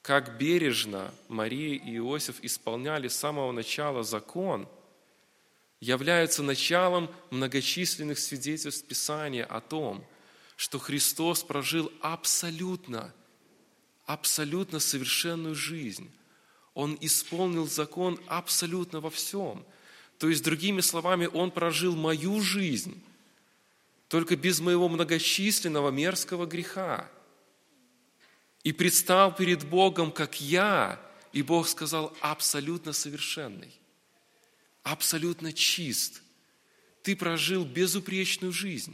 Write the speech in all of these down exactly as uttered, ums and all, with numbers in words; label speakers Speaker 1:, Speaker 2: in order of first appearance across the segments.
Speaker 1: как бережно Мария и Иосиф исполняли с самого начала закон, являются началом многочисленных свидетельств Писания о том, что Христос прожил абсолютно, абсолютно совершенную жизнь. Он исполнил закон абсолютно во всем. То есть, другими словами, Он прожил мою жизнь, только без моего многочисленного мерзкого греха. И предстал перед Богом, как я, и Бог сказал, абсолютно совершенный, абсолютно чист. Ты прожил безупречную жизнь.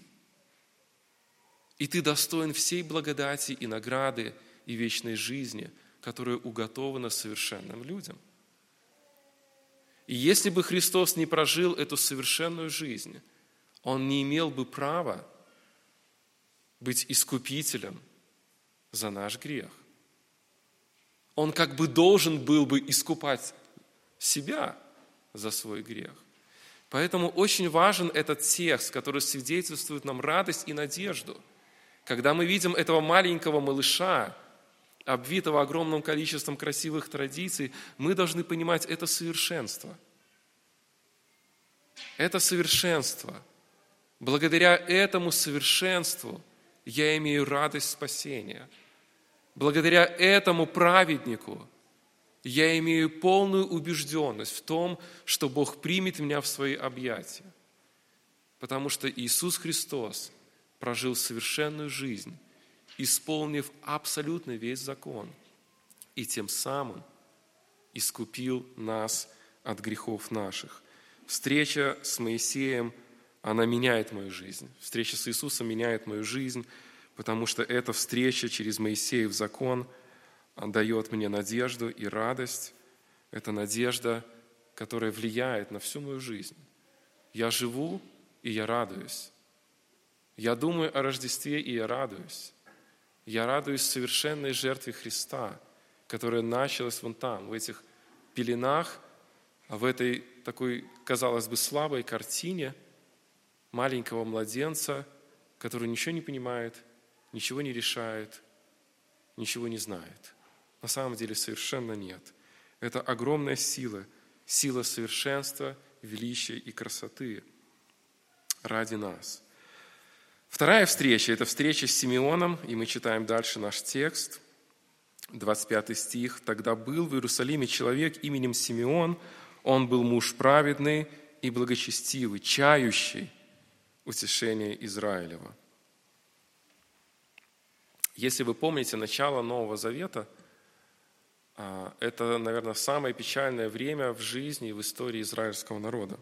Speaker 1: И ты достоин всей благодати и награды и вечной жизни, которая уготована совершенным людям. И если бы Христос не прожил эту совершенную жизнь, Он не имел бы права быть искупителем за наш грех. Он как бы должен был бы искупать себя за свой грех. Поэтому очень важен этот текст, который свидетельствует нам радость и надежду. Когда мы видим этого маленького малыша, обвитого огромным количеством красивых традиций, мы должны понимать, это совершенство. Это совершенство. Благодаря этому совершенству я имею радость спасения. Благодаря этому праведнику я имею полную убежденность в том, что Бог примет меня в свои объятия. Потому что Иисус Христос прожил совершенную жизнь, исполнив абсолютно весь закон, и тем самым искупил нас от грехов наших. Встреча с Моисеем, она меняет мою жизнь. Встреча с Иисусом меняет мою жизнь, потому что эта встреча через Моисеев закон дает мне надежду и радость. Это надежда, которая влияет на всю мою жизнь. Я живу, и я радуюсь. Я думаю о Рождестве, и я радуюсь. Я радуюсь совершенной жертве Христа, которая началась вон там, в этих пеленах, в этой такой, казалось бы, слабой картине маленького младенца, который ничего не понимает, ничего не решает, ничего не знает. На самом деле совершенно нет. Это огромная сила, сила совершенства, величия и красоты ради нас. Вторая встреча – это встреча с Симеоном, и мы читаем дальше наш текст, двадцать пятый стих. «Тогда был в Иерусалиме человек именем Симеон, он был муж праведный и благочестивый, чающий утешение Израилева». Если вы помните начало Нового Завета, это, наверное, самое печальное время в жизни и в истории израильского народа.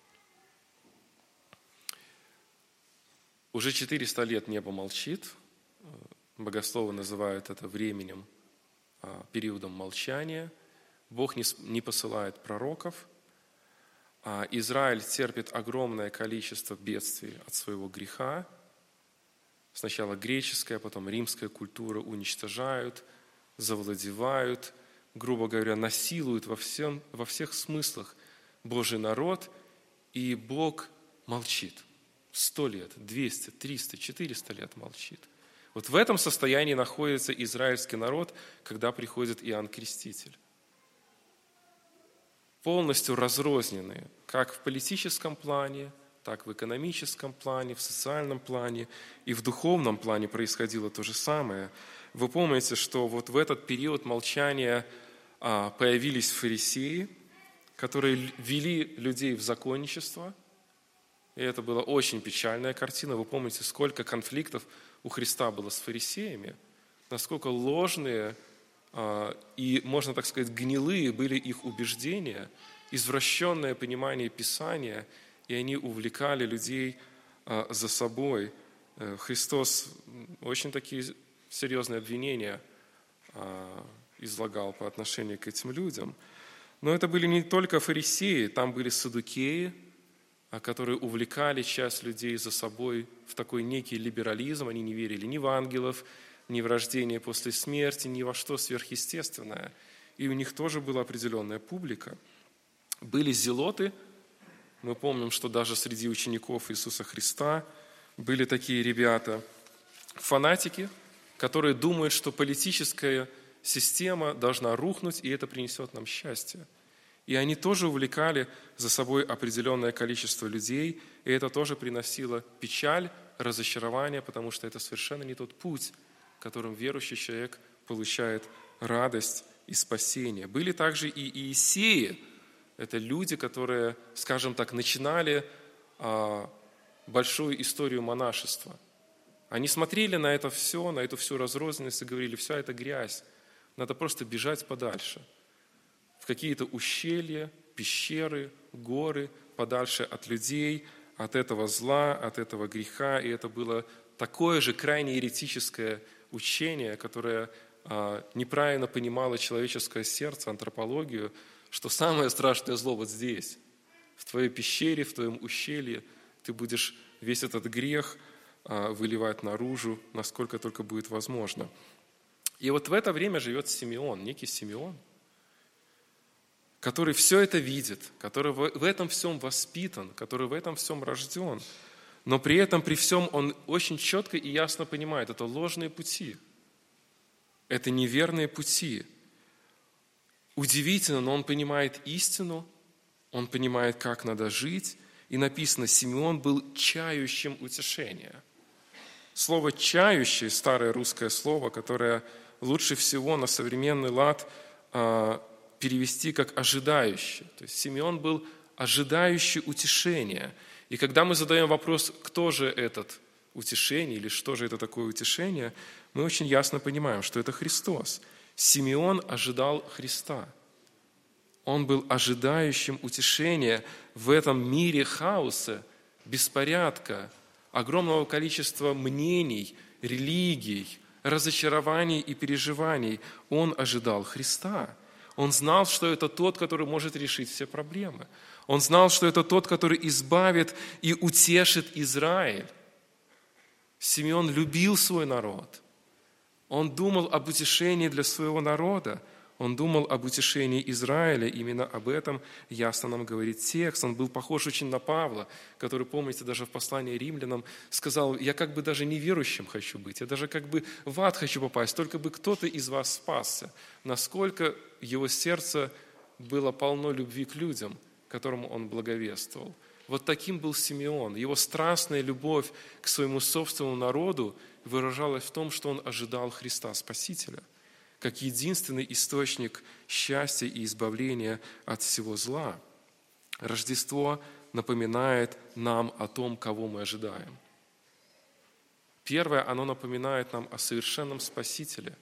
Speaker 1: Уже четыреста лет небо молчит, богословы называют это временем, периодом молчания. Бог не посылает пророков. Израиль терпит огромное количество бедствий от своего греха. Сначала греческая, потом римская культура уничтожают, завладевают, грубо говоря, насилуют во, всем, во всех смыслах Божий народ, и Бог молчит. Сто лет, двести, триста, четыреста лет молчит. Вот в этом состоянии находится израильский народ, когда приходит Иоанн Креститель. Полностью разрозненные, как в политическом плане, так в экономическом плане, в социальном плане и в духовном плане происходило то же самое. Вы помните, что вот в этот период молчания появились фарисеи, которые вели людей в законничество. И это была очень печальная картина. Вы помните, сколько конфликтов у Христа было с фарисеями, насколько ложные и, можно так сказать, гнилые были их убеждения, извращенное понимание Писания, и они увлекали людей за собой. Христос очень такие серьезные обвинения излагал по отношению к этим людям. Но это были не только фарисеи, там были саддукеи, которые увлекали часть людей за собой в такой некий либерализм. Они не верили ни в ангелов, ни в рождение после смерти, ни во что сверхъестественное. И у них тоже была определенная публика. Были зелоты. Мы помним, что даже среди учеников Иисуса Христа были такие ребята. Фанатики, которые думают, что политическое система должна рухнуть, и это принесет нам счастье. И они тоже увлекали за собой определенное количество людей, и это тоже приносило печаль, разочарование, потому что это совершенно не тот путь, которым верующий человек получает радость и спасение. Были также и иисеи. Это люди, которые, скажем так, начинали а, большую историю монашества. Они смотрели на это все, на эту всю разрозненность и говорили: вся эта грязь, надо просто бежать подальше, в какие-то ущелья, пещеры, горы, подальше от людей, от этого зла, от этого греха. И это было такое же крайне еретическое учение, которое а, неправильно понимало человеческое сердце, антропологию, что самое страшное зло вот здесь, в твоей пещере, в твоем ущелье. Ты будешь весь этот грех а, выливать наружу, насколько только будет возможно. И вот в это время живет Симеон, некий Симеон, который все это видит, который в этом всем воспитан, который в этом всем рожден, но при этом, при всем он очень четко и ясно понимает, это ложные пути, это неверные пути. Удивительно, но он понимает истину, он понимает, как надо жить, и написано: Симеон был чающим утешения. Слово «чающий» – старое русское слово, которое лучше всего на современный лад перевести как «ожидающий». То есть Симеон был ожидающий утешения. И когда мы задаем вопрос, кто же этот утешение или что же это такое утешение, мы очень ясно понимаем, что это Христос. Симеон ожидал Христа. Он был ожидающим утешения в этом мире хаоса, беспорядка, огромного количества мнений, религий, разочарований и переживаний. Он ожидал Христа. Он знал, что это тот, который может решить все проблемы. Он знал, что это тот, который избавит и утешит Израиль. Симеон любил свой народ. Он думал об утешении для своего народа. Он думал об утешении Израиля. Именно об этом ясно нам говорит текст. Он был похож очень на Павла, который, помните, даже в послании римлянам сказал: я как бы даже неверующим хочу быть, я даже как бы в ад хочу попасть, только бы кто-то из вас спасся. Насколько его сердце было полно любви к людям, которому он благовествовал. Вот таким был Симеон. Его страстная любовь к своему собственному народу выражалась в том, что он ожидал Христа Спасителя, как единственный источник счастья и избавления от всего зла. Рождество напоминает нам о том, кого мы ожидаем. Первое, оно напоминает нам о совершенном Спасителе.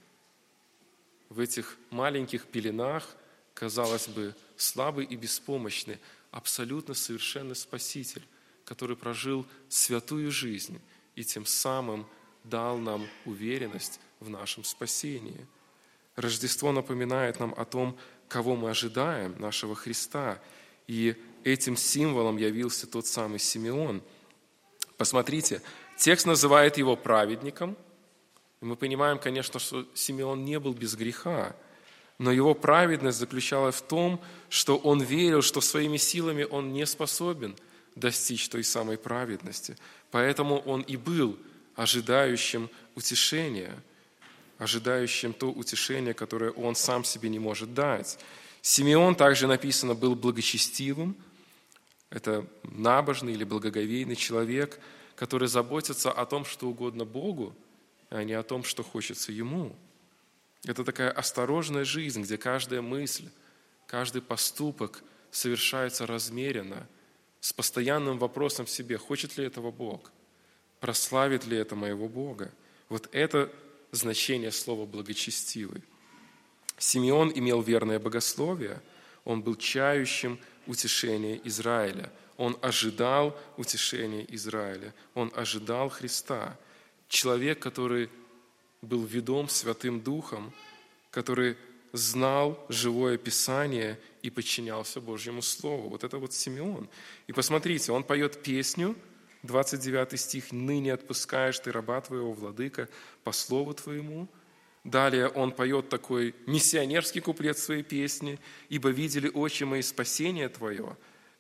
Speaker 1: В этих маленьких пеленах, казалось бы, слабый и беспомощный, абсолютно совершенный Спаситель, который прожил святую жизнь и тем самым дал нам уверенность в нашем спасении. Рождество напоминает нам о том, кого мы ожидаем, нашего Христа. И этим символом явился тот самый Симеон. Посмотрите, текст называет его праведником. И мы понимаем, конечно, что Симеон не был без греха, но его праведность заключалась в том, что он верил, что своими силами он не способен достичь той самой праведности. Поэтому он и был ожидающим утешения, ожидающим то утешение, которое он сам себе не может дать. Симеон, также написано, был благочестивым. Это набожный или благоговейный человек, который заботится о том, что угодно Богу, а не о том, что хочется ему. Это такая осторожная жизнь, где каждая мысль, каждый поступок совершается размеренно, с постоянным вопросом в себе: хочет ли этого Бог, прославит ли это моего Бога. Вот это значение слова «благочестивый». Симеон имел верное богословие, он был чающим утешения Израиля, он ожидал утешения Израиля, он ожидал Христа. Человек, который был ведом Святым Духом, который знал живое Писание и подчинялся Божьему Слову. Вот это вот Симеон. И посмотрите, он поет песню, двадцать девятый стих: «Ныне отпускаешь ты раба твоего, владыка, по слову твоему». Далее он поет такой миссионерский куплет своей песни: «Ибо видели очи мои спасение твое».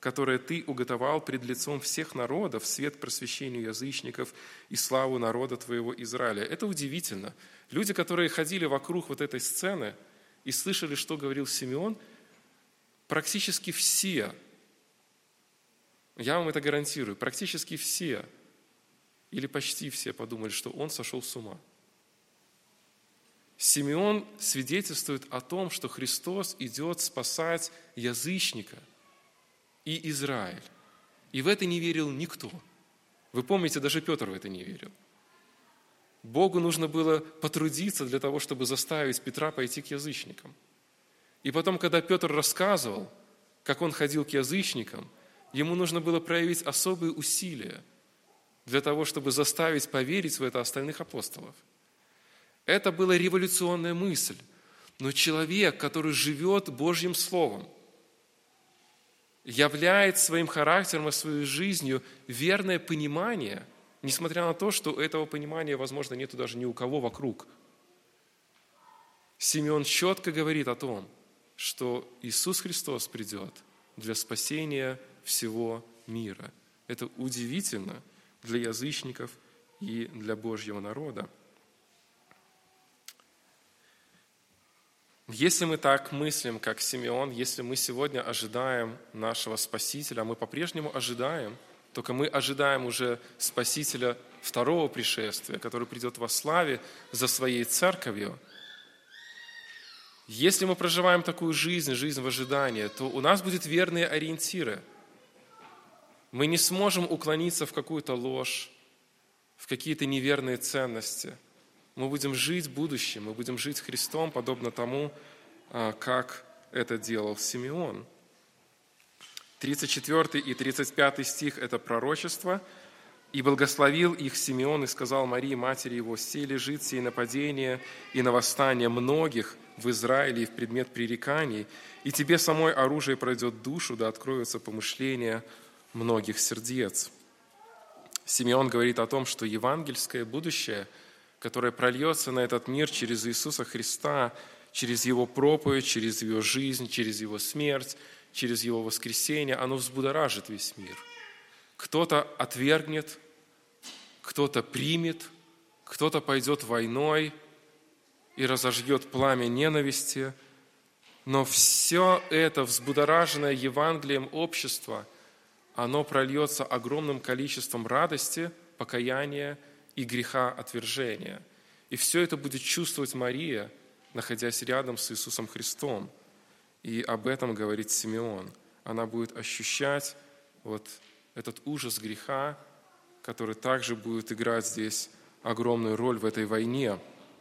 Speaker 1: которое Ты уготовал пред лицом всех народов, свет к просвещению язычников и славу народа Твоего Израиля». Это удивительно. Люди, которые ходили вокруг вот этой сцены и слышали, что говорил Симеон, практически все, я вам это гарантирую, практически все или почти все подумали, что он сошел с ума. Симеон свидетельствует о том, что Христос идет спасать язычника и Израиль. И в это не верил никто. Вы помните, даже Петр в это не верил. Богу нужно было потрудиться для того, чтобы заставить Петра пойти к язычникам. И потом, когда Петр рассказывал, как он ходил к язычникам, ему нужно было проявить особые усилия для того, чтобы заставить поверить в это остальных апостолов. Это была революционная мысль. Но человек, который живет Божьим Словом, являет своим характером и своей жизнью верное понимание, несмотря на то, что этого понимания, возможно, нету даже ни у кого вокруг. Симеон четко говорит о том, что Иисус Христос придет для спасения всего мира. Это удивительно для язычников и для Божьего народа. Если мы так мыслим, как Симеон, если мы сегодня ожидаем нашего Спасителя, а мы по-прежнему ожидаем, только мы ожидаем уже Спасителя второго пришествия, который придет во славе за своей церковью. Если мы проживаем такую жизнь, жизнь в ожидании, то у нас будут верные ориентиры. Мы не сможем уклониться в какую-то ложь, в какие-то неверные ценности. Мы будем жить будущим, мы будем жить Христом, подобно тому, как это делал Симеон. тридцать четвёртый и тридцать пятый стих – это пророчество. «И благословил их Симеон и сказал Марии, матери его, сей лежит сей нападение и на восстание многих в Израиле и в предмет пререканий, и тебе самой оружие пройдет душу, да откроются помышления многих сердец». Симеон говорит о том, что евангельское будущее, которое прольется на этот мир через Иисуса Христа, через Его проповедь, через Его жизнь, через Его смерть, через Его воскресение, оно взбудоражит весь мир. Кто-то отвергнет, кто-то примет, кто-то пойдет войной и разожгет пламя ненависти. Но все это взбудораженное Евангелием общество, оно прольется огромным количеством радости, покаяния и греха отвержения. И все это будет чувствовать Мария, находясь рядом с Иисусом Христом. И об этом говорит Симеон. Она будет ощущать вот этот ужас греха, который также будет играть здесь огромную роль в этой войне.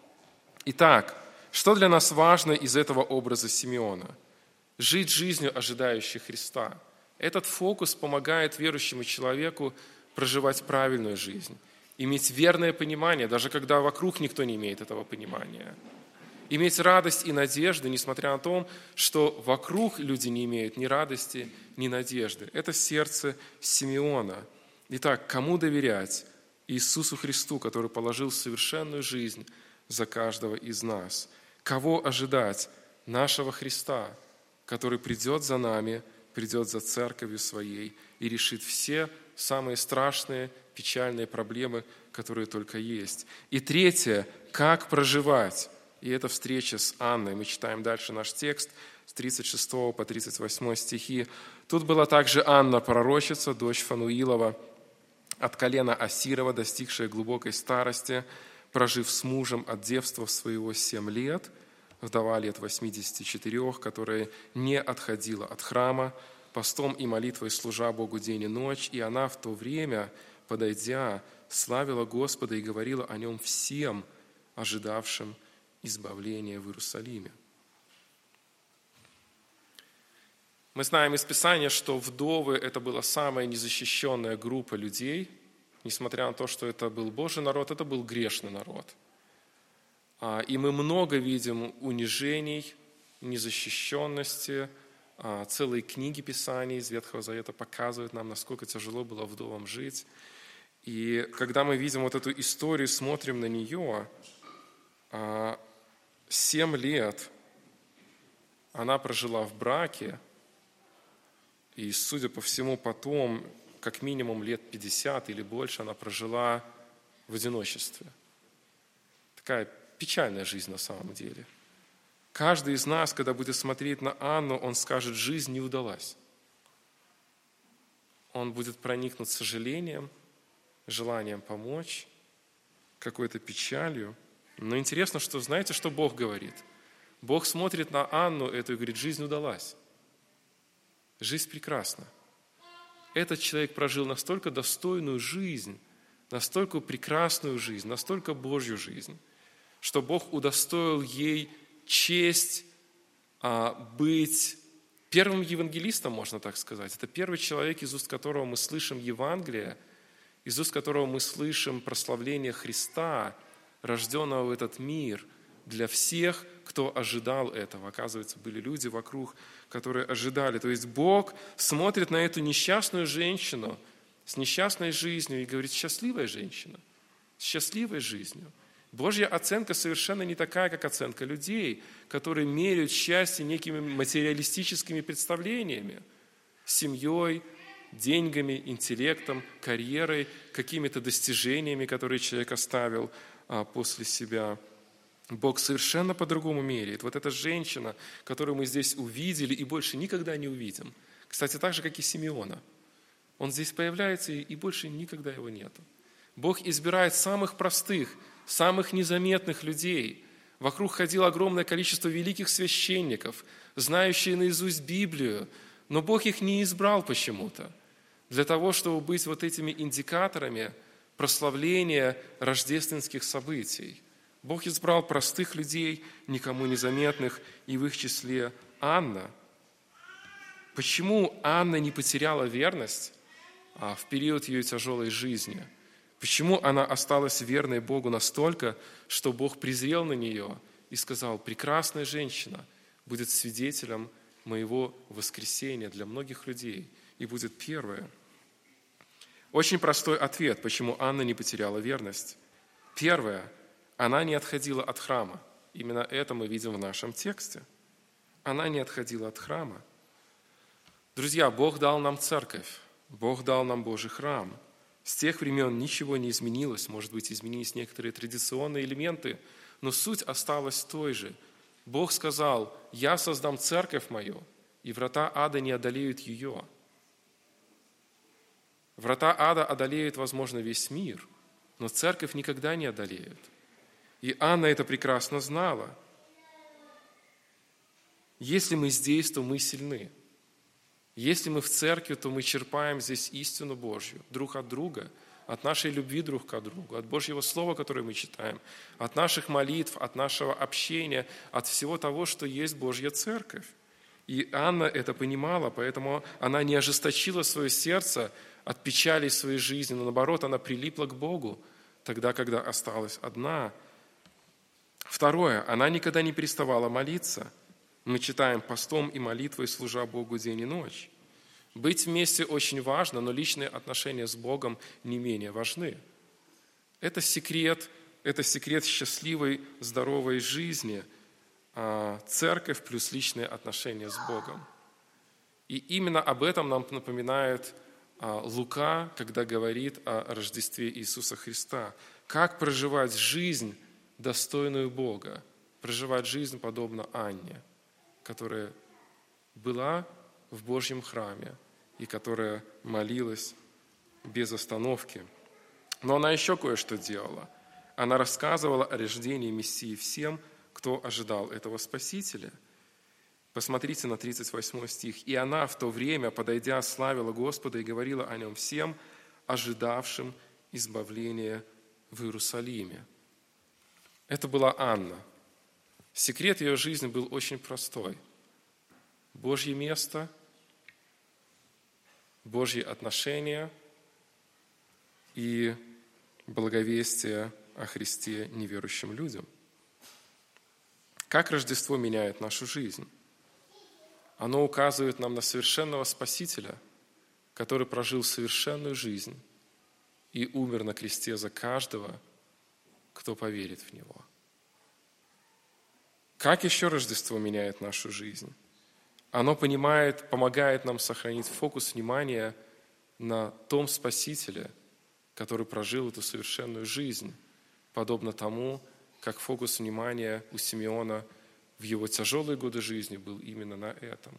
Speaker 1: Итак, что для нас важно из этого образа Симеона? Жить жизнью, ожидающей Христа. Этот фокус помогает верующему человеку проживать правильную жизнь, иметь верное понимание, даже когда вокруг никто не имеет этого понимания. Иметь радость и надежду, несмотря на то, что вокруг люди не имеют ни радости, ни надежды. Это сердце Симеона. Итак, кому доверять? Иисусу Христу, который положил совершенную жизнь за каждого из нас. Кого ожидать? Нашего Христа, который придет за нами, придет за церковью своей и решит все самые страшные, печальные проблемы, которые только есть. И третье, как проживать? И это встреча с Анной. Мы читаем дальше наш текст с тридцать шестого по тридцать восьмой стихи. «Тут была также Анна, пророчица, дочь Фануилова, от колена Асирова, достигшая глубокой старости, прожив с мужем от девства своего семь лет, вдова лет восьмидесяти четырех, которая не отходила от храма, постом и молитвой служа Богу день и ночь, и она в то время, подойдя, славила Господа и говорила о Нем всем, ожидавшим избавления в Иерусалиме». Мы знаем из Писания, что вдовы – это была самая незащищенная группа людей, несмотря на то, что это был Божий народ, это был грешный народ. И мы много видим унижений, незащищенности. Целые книги Писаний из Ветхого Завета показывают нам, насколько тяжело было вдовам жить. И когда мы видим вот эту историю, смотрим на нее, семь лет она прожила в браке, И, судя по всему, потом, как минимум лет пятьдесят или больше, она прожила в одиночестве. Такая печальная жизнь на самом деле. Каждый из нас, когда будет смотреть на Анну, он скажет: жизнь не удалась. Он будет проникнут сожалением, желанием помочь, какой-то печалью. Но интересно, что знаете, что Бог говорит? Бог смотрит на Анну эту и говорит: жизнь удалась. Жизнь прекрасна. Этот человек прожил настолько достойную жизнь, настолько прекрасную жизнь, настолько Божью жизнь, что Бог удостоил ей честь а, быть первым евангелистом, можно так сказать. Это первый человек, из уст которого мы слышим Евангелие, из уст которого мы слышим прославление Христа, рожденного в этот мир, для всех, кто ожидал этого. Оказывается, были люди вокруг, которые ожидали. То есть Бог смотрит на эту несчастную женщину с несчастной жизнью и говорит: счастливая женщина, с счастливой жизнью. Божья оценка совершенно не такая, как оценка людей, которые меряют счастье некими материалистическими представлениями, семьей, деньгами, интеллектом, карьерой, какими-то достижениями, которые человек оставил а, после себя. Бог совершенно по-другому меряет. Вот эта женщина, которую мы здесь увидели и больше никогда не увидим. Кстати, так же, как и Симеона. Он здесь появляется, и больше никогда его нету. Бог избирает самых простых, самых незаметных людей. Вокруг ходило огромное количество великих священников, знающие наизусть Библию, но Бог их не избрал почему-то. Для того, чтобы быть вот этими индикаторами прославления рождественских событий. Бог избрал простых людей, никому незаметных, и в их числе Анна. Почему Анна не потеряла верность в период ее тяжелой жизни? Почему она осталась верной Богу настолько, что Бог презрел на нее и сказал: прекрасная женщина будет свидетелем моего воскресения для многих людей и будет первая? Очень простой ответ, почему Анна не потеряла верность. Первое. Она не отходила от храма. Именно это мы видим в нашем тексте. Она не отходила от храма. Друзья, Бог дал нам церковь, Бог дал нам Божий храм. С тех времен ничего не изменилось, может быть, изменились некоторые традиционные элементы, но суть осталась той же. Бог сказал: «Я создам церковь мою, и врата ада не одолеют ее». Врата ада одолеют, возможно, весь мир, но церковь никогда не одолеют. И Анна это прекрасно знала. Если мы здесь, то мы сильны. Если мы в церкви, то мы черпаем здесь истину Божью друг от друга, от нашей любви друг к другу, от Божьего Слова, которое мы читаем, от наших молитв, от нашего общения, от всего того, что есть Божья церковь. И Анна это понимала, поэтому она не ожесточила свое сердце от печали своей жизни, но наоборот, она прилипла к Богу тогда, когда осталась одна. Второе, она никогда не переставала молиться. Мы читаем: постом и молитвой служа Богу день и ночь. Быть вместе очень важно, но личные отношения с Богом не менее важны. Это секрет, это секрет счастливой, здоровой жизни. Церковь плюс личные отношения с Богом. И именно об этом нам напоминает Лука, когда говорит о Рождестве Иисуса Христа. Как проживать жизнь, достойную Бога, проживать жизнь подобно Анне, которая была в Божьем храме и которая молилась без остановки. Но она еще кое-что делала. Она рассказывала о рождении Мессии всем, кто ожидал этого Спасителя. Посмотрите на тридцать восьмой стих. «И она в то время, подойдя, славила Господа и говорила о нем всем, ожидавшим избавления в Иерусалиме». Это была Анна. Секрет ее жизни был очень простой. Божье место, Божьи отношения и благовестие о Христе неверующим людям. Как Рождество меняет нашу жизнь? Оно указывает нам на совершенного Спасителя, который прожил совершенную жизнь и умер на кресте за каждого, кто поверит в Него. Как еще Рождество меняет нашу жизнь? Оно понимает, помогает нам сохранить фокус внимания на том Спасителе, который прожил эту совершенную жизнь, подобно тому, как фокус внимания у Симеона в его тяжелые годы жизни был именно на этом.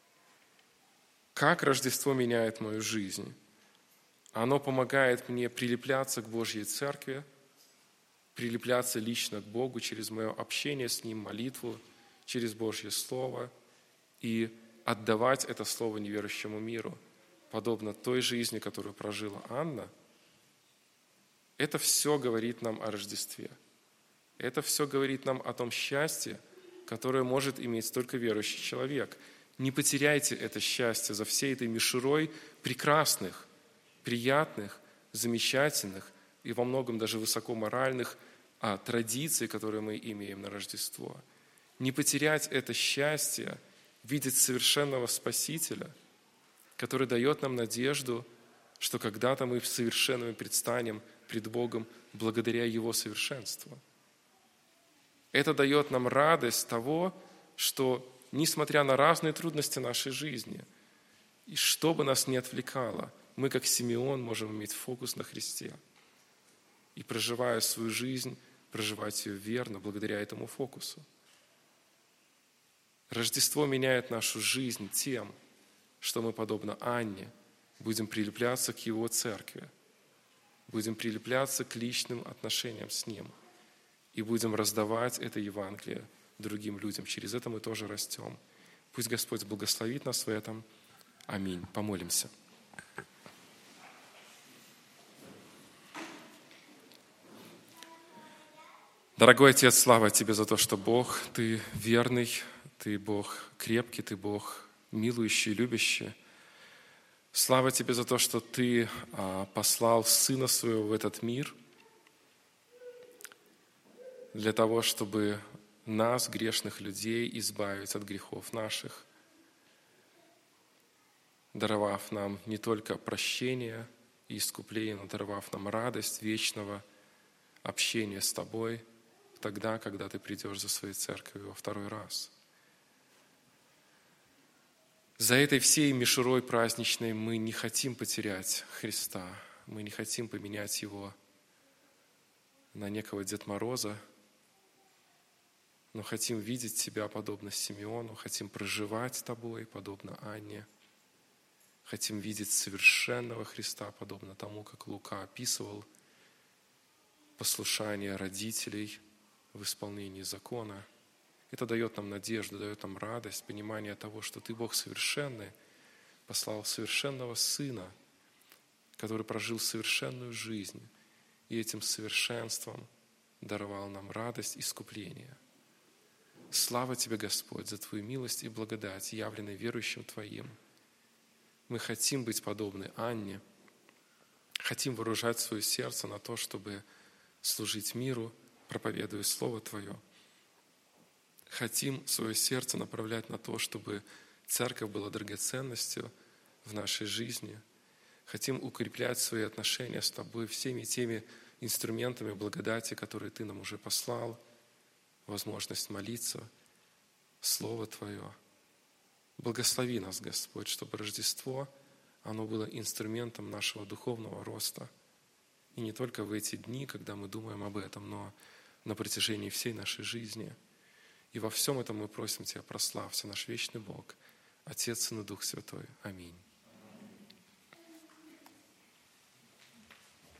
Speaker 1: Как Рождество меняет мою жизнь? Оно помогает мне прилепляться к Божьей Церкви, прилепляться лично к Богу через мое общение с Ним, молитву, через Божье Слово и отдавать это Слово неверующему миру, подобно той жизни, которую прожила Анна. Это все говорит нам о Рождестве. Это все говорит нам о том счастье, которое может иметь только верующий человек. Не потеряйте это счастье за всей этой мишурой прекрасных, приятных, замечательных и во многом даже высокоморальных а, традиций, которые мы имеем на Рождество. Не потерять это счастье, видеть совершенного Спасителя, который дает нам надежду, что когда-то мы совершенными предстанем пред Богом благодаря Его совершенству. Это дает нам радость того, что, несмотря на разные трудности нашей жизни, и что бы нас ни отвлекало, мы, как Симеон, можем иметь фокус на Христе. И, проживая свою жизнь, проживать ее верно благодаря этому фокусу. Рождество меняет нашу жизнь тем, что мы, подобно Анне, будем прилепляться к Его церкви, будем прилепляться к личным отношениям с Ним и будем раздавать это Евангелие другим людям. Через это мы тоже растем. Пусть Господь благословит нас в этом. Аминь. Помолимся. Дорогой Отец, слава Тебе за то, что Бог, Ты верный, Ты Бог крепкий, Ты Бог милующий, любящий. Слава Тебе за то, что Ты послал Сына Своего в этот мир для того, чтобы нас, грешных людей, избавить от грехов наших, даровав нам не только прощение и искупление, но даровав нам радость вечного общения с Тобой тогда, когда Ты придешь за Своей церковью во второй раз. За этой всей мишурой праздничной мы не хотим потерять Христа, мы не хотим поменять Его на некого Дед Мороза, но хотим видеть Тебя подобно Симеону, хотим проживать Тобой подобно Анне, хотим видеть совершенного Христа подобно тому, как Лука описывал послушание родителей в исполнении закона. Это дает нам надежду, дает нам радость, понимание того, что Ты, Бог совершенный, послал совершенного Сына, который прожил совершенную жизнь, и этим совершенством даровал нам радость искупления. Слава Тебе, Господь, за Твою милость и благодать, явленной верующим Твоим. Мы хотим быть подобны Анне, хотим вооружать свое сердце на то, чтобы служить миру, проповедуя Слово Твое. Хотим свое сердце направлять на то, чтобы церковь была драгоценностью в нашей жизни. Хотим укреплять свои отношения с Тобой всеми теми инструментами благодати, которые Ты нам уже послал, возможность молиться, Слово Твое. Благослови нас, Господь, чтобы Рождество, оно было инструментом нашего духовного роста. И не только в эти дни, когда мы думаем об этом, но на протяжении всей нашей жизни. И во всем этом мы просим Тебя, прославься, наш вечный Бог, Отец, Сын и Дух Святой. Аминь.